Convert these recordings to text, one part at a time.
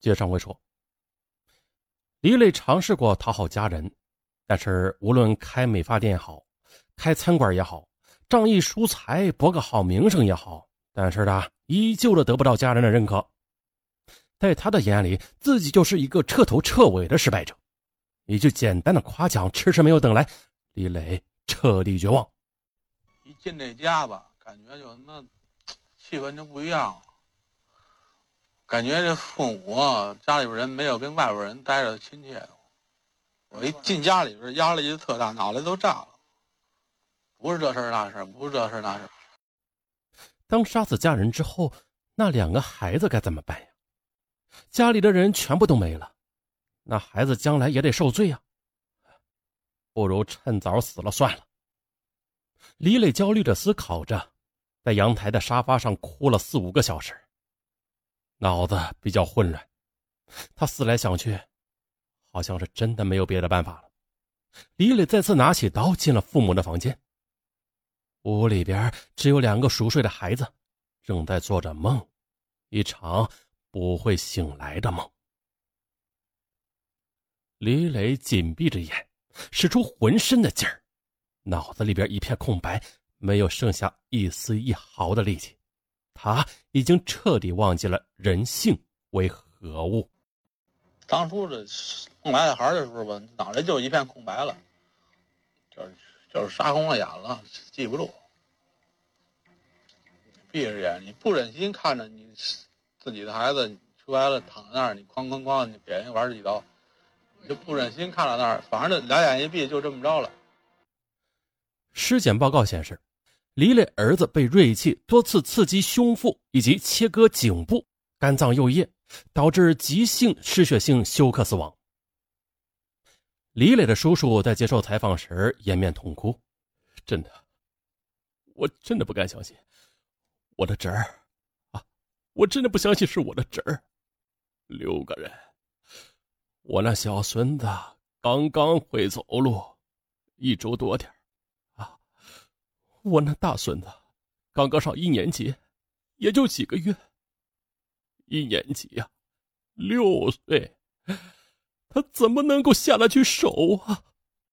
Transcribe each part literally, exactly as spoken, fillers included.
接上回说，李磊尝试过讨好家人，但是无论开美发店也好，开餐馆也好，仗义疏财博个好名声也好，但是他依旧的得不到家人的认可。在他的眼里，自己就是一个彻头彻尾的失败者。一句简单的夸奖迟迟没有等来，李磊彻底绝望。 一进这家吧，感觉就那气氛就不一样了，感觉这父母啊，家里边人没有跟外边人待着亲切。我一进家里边，压力就特大，脑袋都炸了。不是这事那事，不是这事那事。 当杀死家人之后，那两个孩子该怎么办呀？家里的人全部都没了，那孩子将来也得受罪呀。不如趁早死了算了。李磊焦虑地思考着，在阳台的沙发上哭了四五个小时，脑子比较混乱。他思来想去，好像是真的没有别的办法了。李磊再次拿起刀进了父母的房间。屋里边只有两个熟睡的孩子，正在做着梦，一场不会醒来的梦。李磊紧闭着眼，使出浑身的劲儿，脑子里边一片空白，没有剩下一丝一毫的力气。他已经彻底忘记了人性为何物。 当初这梦来的孩的时候吧，脑袋就一片空白了，就是就是杀红了眼了，记不住。闭着眼，你不忍心看着你自己的孩子出来了躺在那儿，你哐哐哐，你给人玩几刀，你就不忍心看到那儿，反正俩眼一闭就这么着了。 尸检报告显示，李磊儿子被锐器多次刺击胸腹以及切割颈部、肝脏右叶，导致急性失血性休克死亡。李磊的叔叔在接受采访时掩面痛哭，真的，我真的不敢相信，我的侄儿啊，我真的不相信是我的侄儿。六个人，我那小孙子刚刚会走路，一周多点啊，我那大孙子刚刚上一年级，也就几个月。一年级呀、啊，六岁，他怎么能够下得去手啊？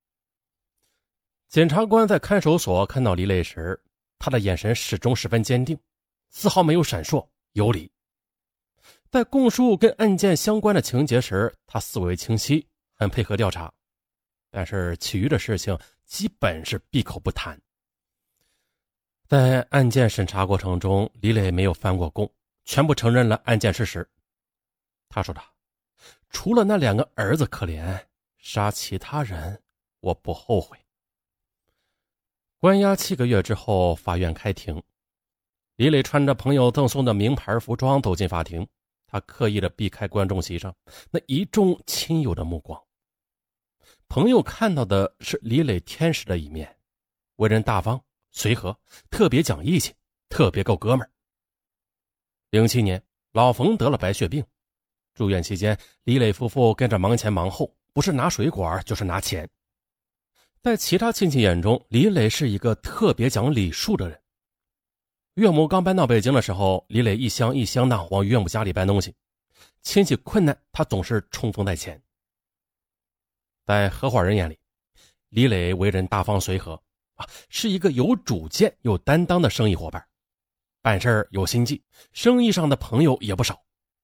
检察官在看守所看到李磊时，他的眼神始终十分坚定，丝毫没有闪烁游离。在供述跟案件相关的情节时，他思维清晰，很配合调查，但是其余的事情基本是闭口不谈。在案件审查过程中，李磊没有翻过供，全部承认了案件事实。他说的，除了那两个儿子可怜，杀其他人我不后悔。关押七个月之后，法院开庭。李磊穿着朋友赠送的名牌服装走进法庭，他刻意的避开观众席上那一众亲友的目光。朋友看到的是李磊天使的一面，为人大方随和，特别讲义气，特别够哥们儿。零七年，老冯得了白血病，住院期间，李磊夫妇跟着忙前忙后，不是拿水果就是拿钱。在其他亲戚眼中，李磊是一个特别讲礼数的人。岳母刚搬到北京的时候，李磊一箱一箱的往岳母家里搬东西，亲戚困难他总是冲锋在前。在合伙人眼里，李磊为人大方随和啊，是一个有主见有担当的生意伙伴，办事有心计，生意上的朋友也不少。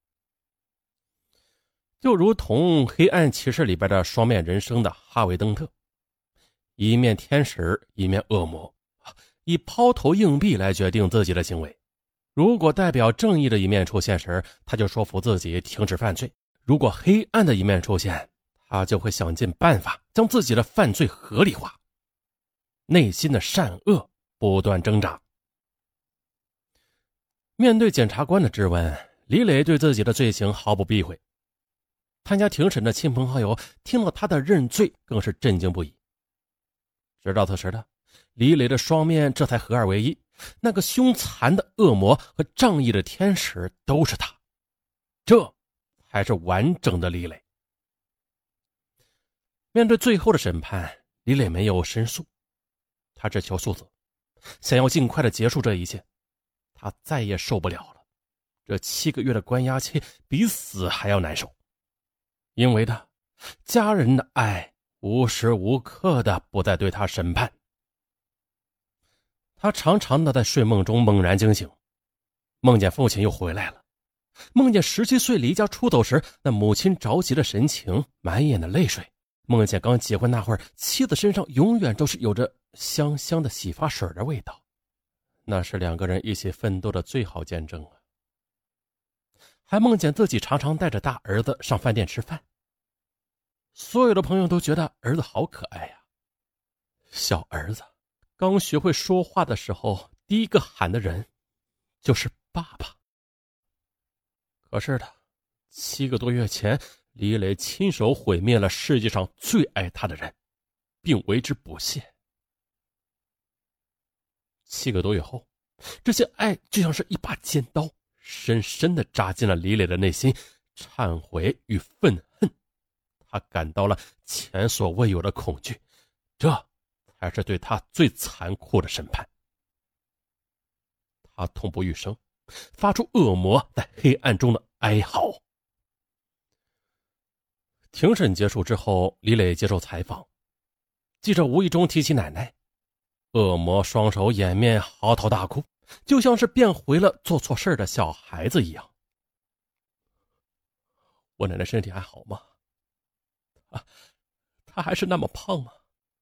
就如同黑暗骑士里边的双面人生的哈维登特，一面天使一面恶魔，以抛投硬币来决定自己的行为。如果代表正义的一面出现时，他就说服自己停止犯罪；如果黑暗的一面出现，他就会想尽办法将自己的犯罪合理化，内心的善恶不断挣扎。面对检察官的质问，李磊对自己的罪行毫不避讳。参加庭审的亲朋好友听了他的认罪，更是震惊不已。直到此时的李磊的双面这才合二为一，那个凶残的恶魔和仗义的天使都是他，这才是完整的李磊。面对最后的审判，李磊没有申诉，他只求速死，想要尽快的结束这一切。他再也受不了了， 这七个月的关押期比死还要难受，因为的家人的爱无时无刻的不再对他审判。他常常的在睡梦中猛然惊醒，梦见父亲又回来了，梦见十七岁离家出走时那母亲着急的神情，满眼的泪水，梦见刚结婚那会儿妻子身上永远都是有着香香的洗发水的味道，那是两个人一起奋斗的最好见证啊。还梦见自己常常带着大儿子上饭店吃饭，所有的朋友都觉得儿子好可爱呀。小儿子刚学会说话的时候，第一个喊的人就是爸爸。可是的，七个多月前，李磊亲手毁灭了世界上最爱他的人，并为之不屑。七个多月后，这些爱就像是一把尖刀，深深地扎进了李磊的内心，忏悔与愤恨。他感到了前所未有的恐惧，这才是对他最残酷的审判。他痛不欲生，发出恶魔在黑暗中的哀嚎。庭审结束之后，李磊接受采访，记者无意中提起奶奶，恶魔双手掩面嚎啕大哭，就像是变回了做错事的小孩子一样。我奶奶身体还好吗？啊，她还是那么胖吗？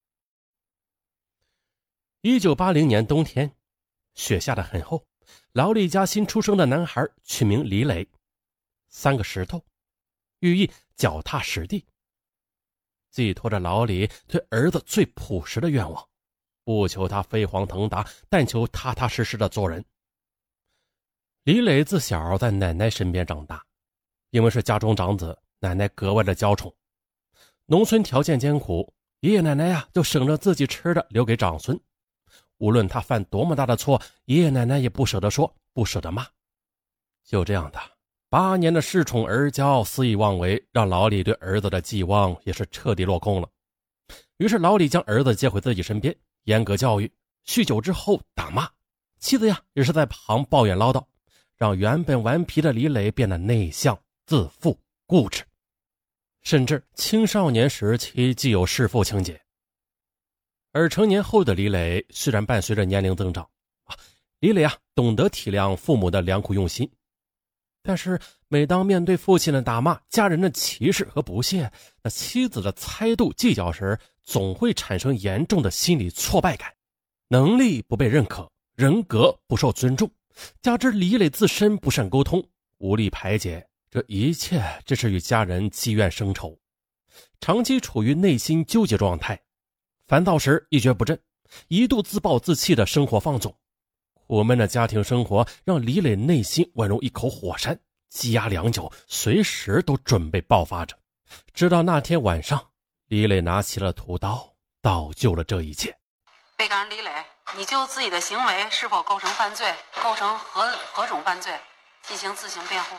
一九八零年冬天，雪下得很厚，劳力家新出生的男孩取名李磊，三个石头，寓意脚踏实地，寄托着老李对儿子最朴实的愿望，不求他飞黄腾达，但求踏踏实实的做人。李磊自小在奶奶身边长大，因为是家中长子，奶奶格外的娇宠。农村条件艰苦，爷爷奶奶呀就省着自己吃的留给长孙。无论他犯多么大的错，爷爷奶奶也不舍得说，不舍得骂。就这样的八年的恃宠而骄，肆意妄为，让老李对儿子的寄望也是彻底落空了。于是老李将儿子接回自己身边，严格教育，酗酒之后打骂，妻子呀也是在旁抱怨唠叨，让原本顽皮的李磊变得内向、自负、固执，甚至青少年时期既有弑父情节。而成年后的李磊虽然伴随着年龄增长，啊，李磊啊懂得体谅父母的良苦用心，但是每当面对父亲的打骂、家人的歧视和不屑，那妻子的猜度计较时，总会产生严重的心理挫败感，能力不被认可，人格不受尊重，加之李磊自身不善沟通，无力排解，这一切只是与家人积怨生仇，长期处于内心纠结状态，烦躁时一蹶不振，一度自暴自弃的生活放纵。苦闷的家庭生活让李磊内心宛如一口火山，积压良久，随时都准备爆发着。直到那天晚上，李磊拿起了屠刀，造就了这一切。 被告人李磊，你就自己的行为是否构成犯罪，构成何何种犯罪，进行自行辩护。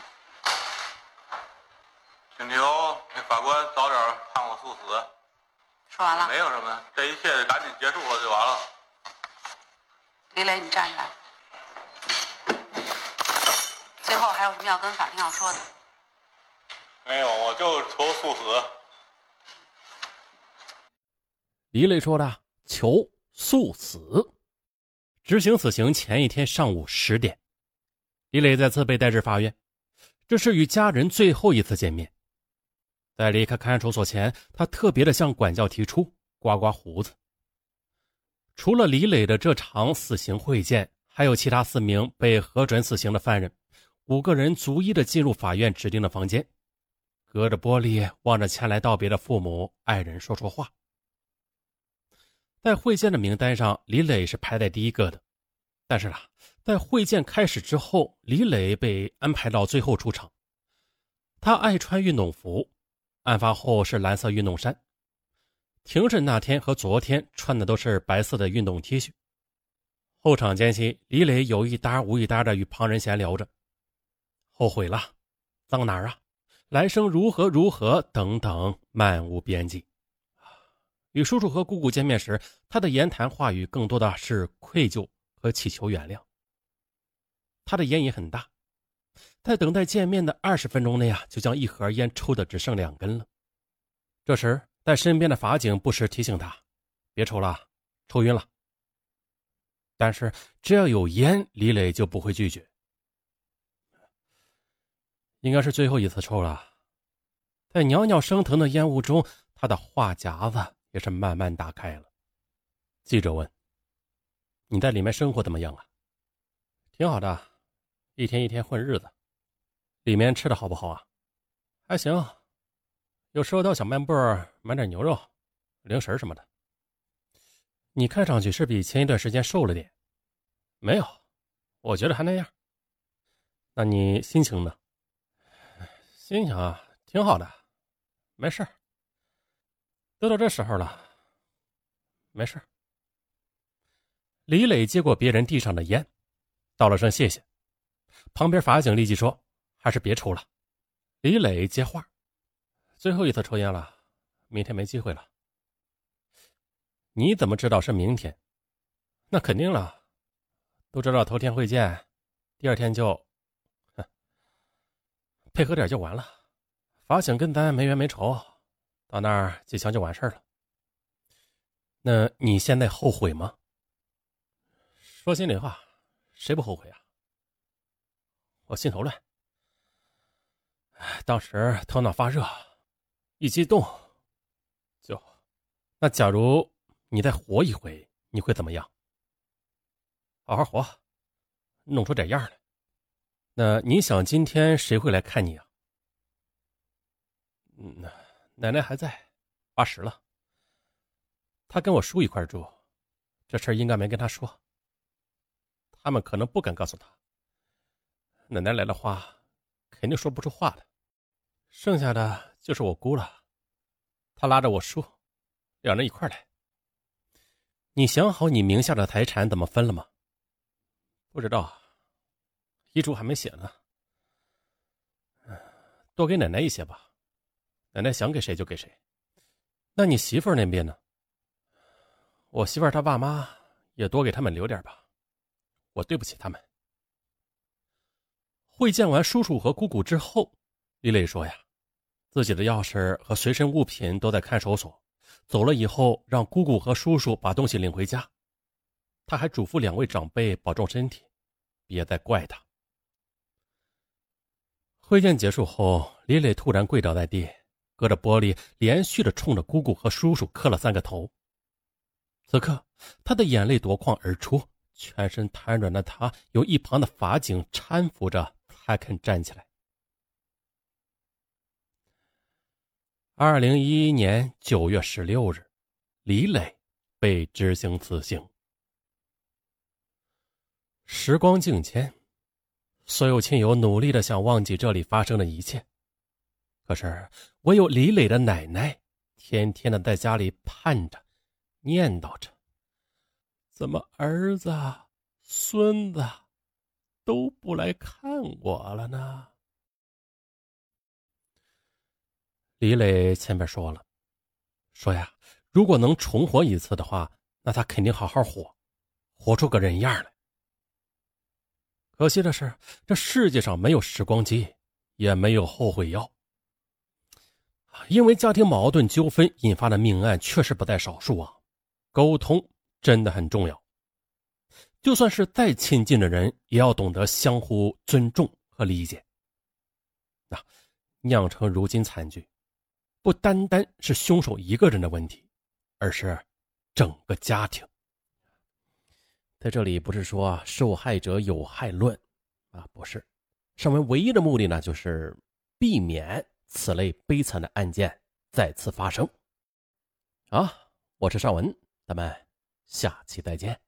请求那法官早点判我速死。 说完了？ 没有什么，这一切赶紧结束了就完了。 李磊，你站起来。最后还有什么要跟法庭上说的？ 没有，我就求速死。 李磊说的求速死。执行死刑前一天上午十点，李磊再次被带至法院，这是与家人最后一次见面。在离开看守所前，他特别的向管教提出刮刮胡子。除了李磊的这场死刑会见，还有其他四名被核准死刑的犯人，五个人逐一的进入法院指定的房间，隔着玻璃望着前来道别的父母爱人说说话。在会见的名单上，李磊是排在第一个的，但是啊，在会见开始之后，李磊被安排到最后出场。他爱穿运动服，案发后是蓝色运动衫，庭审那天和昨天穿的都是白色的运动 T 恤。候场间隙，李磊有一搭无一搭的与旁人闲聊着，后悔了，葬哪儿啊，来生如何如何等等，漫无边际。与叔叔和姑姑见面时，他的言谈话语更多的是愧疚和祈求原谅。他的烟瘾很大， 在等待见面的二十分钟内啊，就将一盒烟抽的只剩两根了。这时在身边的法警不时提醒他，别抽了，抽晕了。但是只要有烟，李磊就不会拒绝。应该是最后一次抽了。在袅袅升腾的烟雾中，他的话匣子也是慢慢打开了。记者问，你在里面生活怎么样啊？挺好的，一天一天混日子。里面吃的好不好啊？还行，有时候到小卖部买点牛肉、零食什么的。你看上去是比前一段时间瘦了点。没有，我觉得还那样。那你心情呢？心情啊，挺好的，没事。都到这时候了，没事。李磊接过别人递上的烟，道了声谢谢。旁边法警立即说，还是别抽了。李磊接话，最后一次抽烟了，明天没机会了。你怎么知道是明天？那肯定了，都知道头天会见，第二天就配合点就完了。法警跟咱没冤没仇，到那儿几枪就完事了。那你现在后悔吗？说心里话，谁不后悔啊？我心头乱，当时头脑发热，一激动就……那假如你再活一回，你会怎么样？好好活，弄出点样来。那你想今天谁会来看你啊？嗯，奶奶还在，八十了。她跟我叔一块住，这事儿应该没跟她说。他们可能不敢告诉她。奶奶来的话，肯定说不出话的。剩下的就是我姑了，她拉着我叔，两人一块来。你想好你名下的财产怎么分了吗？不知道，遗嘱还没写呢。多给奶奶一些吧，奶奶想给谁就给谁。那你媳妇儿那边呢？我媳妇儿她爸妈也多给他们留点吧，我对不起他们。会见完叔叔和姑姑之后，李磊说呀，自己的钥匙和随身物品都在看守所，走了以后让姑姑和叔叔把东西领回家。他还嘱咐两位长辈保重身体，别再怪他。会见结束后，李磊突然跪倒在地，隔着玻璃连续的冲着姑姑和叔叔磕了三个头。此刻他的眼泪夺眶而出，全身瘫软的他由一旁的法警搀扶着才肯站起来。二零一一年九月十六日，李磊被执行死刑。时光境迁，所有亲友努力的想忘记这里发生的一切，可是唯有李磊的奶奶天天的在家里盼着，念叨着，怎么儿子孙子都不来看我了呢？李磊前面说了，说呀，如果能重活一次的话，那他肯定好好活，活出个人样来。可惜的是，这世界上没有时光机，也没有后悔药。因为家庭矛盾纠纷引发的命案确实不在少数啊，沟通真的很重要。就算是再亲近的人，也要懂得相互尊重和理解。那酿成如今惨剧，不单单是凶手一个人的问题，而是整个家庭。在这里不是说受害者有害论啊，不是。上文唯一的目的呢，就是避免此类悲惨的案件再次发生。好，我是尚文，咱们下期再见。